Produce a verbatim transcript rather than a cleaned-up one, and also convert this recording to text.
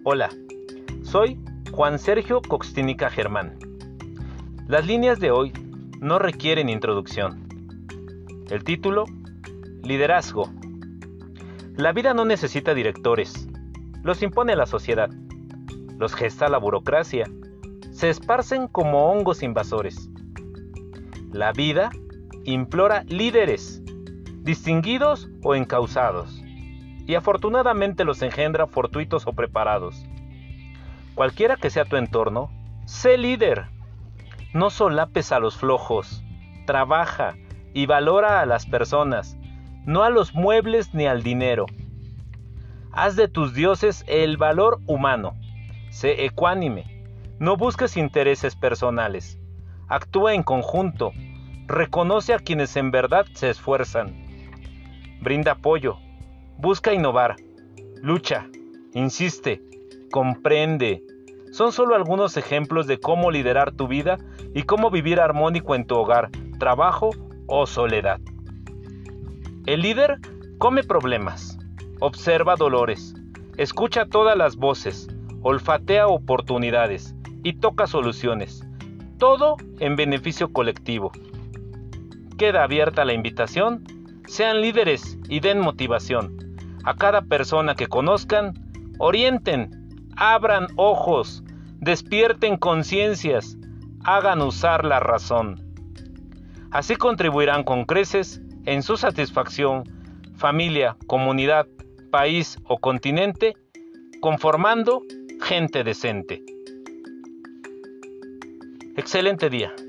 Hola, soy Juan Sergio Coxtínica Germán. Las líneas de hoy no requieren introducción. El título: Liderazgo. La vida no necesita directores, los impone la sociedad, los gesta la burocracia, se esparcen como hongos invasores. La vida implora líderes, distinguidos o encausados, y afortunadamente los engendra fortuitos o preparados. Cualquiera que sea tu entorno, sé líder. No solapes a los flojos, trabaja y valora a las personas, no a los muebles ni al dinero. Haz de tus dioses el valor humano. Sé ecuánime, no busques intereses personales. Actúa en conjunto, reconoce a quienes en verdad se esfuerzan. Brinda apoyo, busca innovar, lucha, insiste, comprende. Son solo algunos ejemplos de cómo liderar tu vida y cómo vivir armónico en tu hogar, trabajo o soledad. El líder come problemas, observa dolores, escucha todas las voces, olfatea oportunidades y toca soluciones. Todo en beneficio colectivo. Queda abierta la invitación. Sean líderes y den motivación. A cada persona que conozcan, orienten, abran ojos, despierten conciencias, hagan usar la razón. Así contribuirán con creces en su satisfacción, familia, comunidad, país o continente, conformando gente decente. Excelente día.